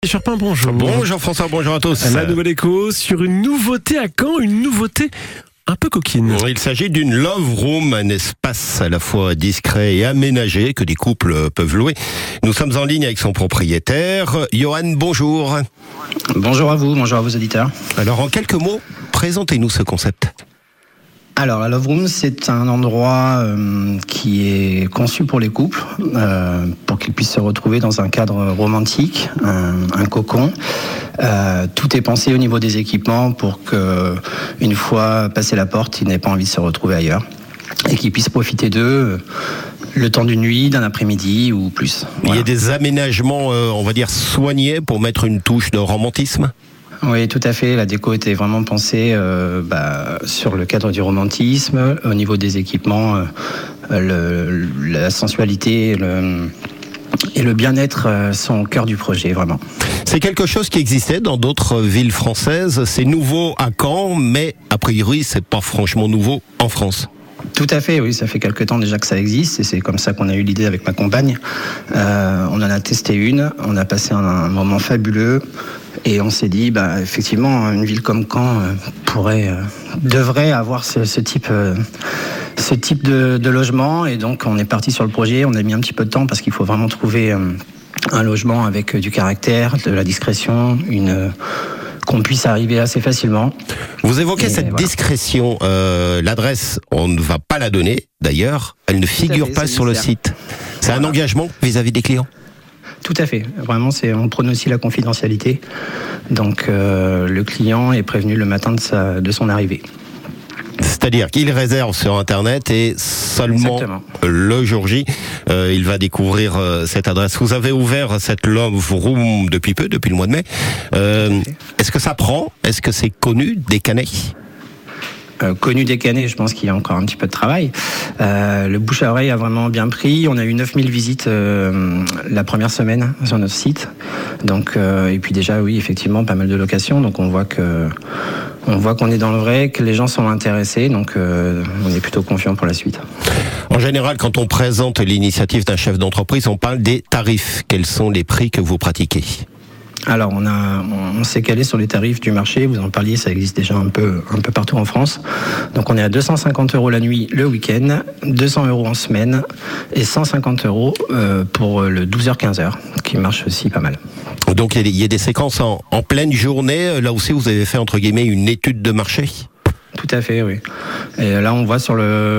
Charpin, bonjour. Bonjour François, bonjour à tous. La Nouvelle Écho sur une nouveauté à Caen, une nouveauté un peu coquine. Il s'agit d'une Love Room, un espace à la fois discret et aménagé que des couples peuvent louer. Nous sommes en ligne avec son propriétaire. Johan, bonjour. Bonjour à vous, bonjour à vos auditeurs. Alors en quelques mots, présentez-nous ce concept. Alors la Love Room, c'est un endroit qui est conçu pour les couples, pour qu'ils puissent se retrouver dans un cadre romantique, un cocon. Tout est pensé au niveau des équipements pour que, une fois passé la porte, ils n'aient pas envie de se retrouver ailleurs et qu'ils puissent profiter d'eux le temps d'une nuit, d'un après-midi ou plus. Voilà. Il y a des aménagements, on va dire, soignés pour mettre une touche de romantisme ? Oui, tout à fait. La déco était vraiment pensée sur le cadre du romantisme, au niveau des équipements, la sensualité et le bien-être sont au cœur du projet, vraiment. C'est quelque chose qui existait dans d'autres villes françaises. C'est nouveau à Caen, mais a priori, c'est pas franchement nouveau en France. Tout à fait, oui, ça fait quelque temps déjà que ça existe et c'est comme ça qu'on a eu l'idée avec ma compagne. On en a testé une, on a passé un moment fabuleux et on s'est dit, effectivement, une ville comme Caen devrait avoir ce type de logement et donc on est parti sur le projet. On a mis un petit peu de temps parce qu'il faut vraiment trouver un logement avec du caractère, de la discrétion, qu'on puisse arriver assez facilement. Vous évoquez cette discrétion. L'adresse, on ne va pas la donner, d'ailleurs. Elle ne figure pas sur le site. C'est un engagement vis-à-vis des clients ? Tout à fait. Vraiment, on prône aussi la confidentialité. Donc, le client est prévenu le matin de son arrivée. C'est-à-dire qu'il réserve sur Internet et seulement le jour J, il va découvrir cette adresse. Vous avez ouvert cette Love Room depuis peu, depuis le mois de mai. Est-ce que ça prend ? Est-ce que c'est connu des Canets ? Connu des Canets, je pense qu'il y a encore un petit peu de travail. Le bouche à oreille a vraiment bien pris. On a eu 9000 visites la première semaine sur notre site. Donc, et puis déjà, oui, effectivement, pas mal de locations. Donc on voit qu'on est dans le vrai, que les gens sont intéressés. Donc on est plutôt confiant pour la suite. En général, quand on présente l'initiative d'un chef d'entreprise, on parle des tarifs. Quels sont les prix que vous pratiquez ? Alors on s'est calé sur les tarifs du marché, vous en parliez, ça existe déjà un peu partout en France. Donc on est à 250 € la nuit le week-end, 200 € en semaine et 150 € pour le 12h-15h, qui marche aussi pas mal. Donc il y a des séquences en pleine journée, là aussi vous avez fait entre guillemets une étude de marché ? Tout à fait, oui. Et là, on voit sur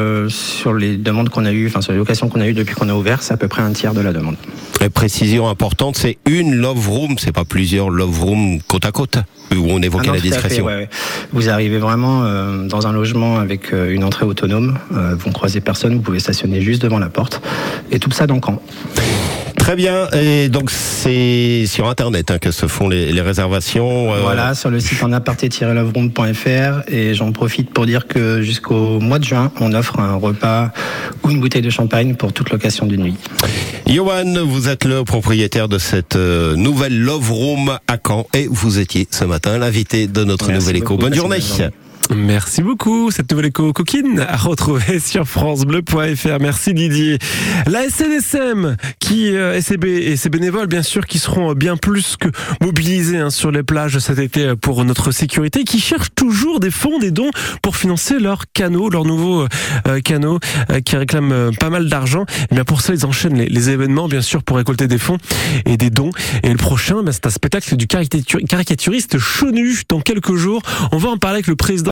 les demandes qu'on a eues, sur les locations qu'on a eues depuis qu'on a ouvert, c'est à peu près un tiers de la demande. La précision importante, c'est une Love Room, c'est pas plusieurs Love Room côte à côte, où on évoquait la discrétion. Ouais. Vous arrivez vraiment dans un logement avec une entrée autonome, vous ne croisez personne, vous pouvez stationner juste devant la porte, et tout ça dans Caen. Très bien, et donc c'est sur Internet que se font les réservations. Voilà, sur le site en aparté-loveroom.fr, et j'en profite pour dire que jusqu'au mois de juin, on offre un repas ou une bouteille de champagne pour toute location d'une nuit. Johan, vous êtes le propriétaire de cette nouvelle Love Room à Caen, et vous étiez ce matin l'invité de notre Nouvelle Écho. Bonne journée. Merci beaucoup. Cette Nouvelle Écho coquine à retrouver sur francebleu.fr. Merci Didier. La SNSM et ses bénévoles, bien sûr, qui seront bien plus que mobilisés sur les plages cet été pour notre sécurité, qui cherchent toujours des fonds, des dons pour financer leurs nouveaux canaux qui réclament pas mal d'argent. Et bien pour ça, ils enchaînent les événements, bien sûr, pour récolter des fonds et des dons. Et le prochain, c'est un spectacle du caricaturiste Chonu dans quelques jours. On va en parler avec le président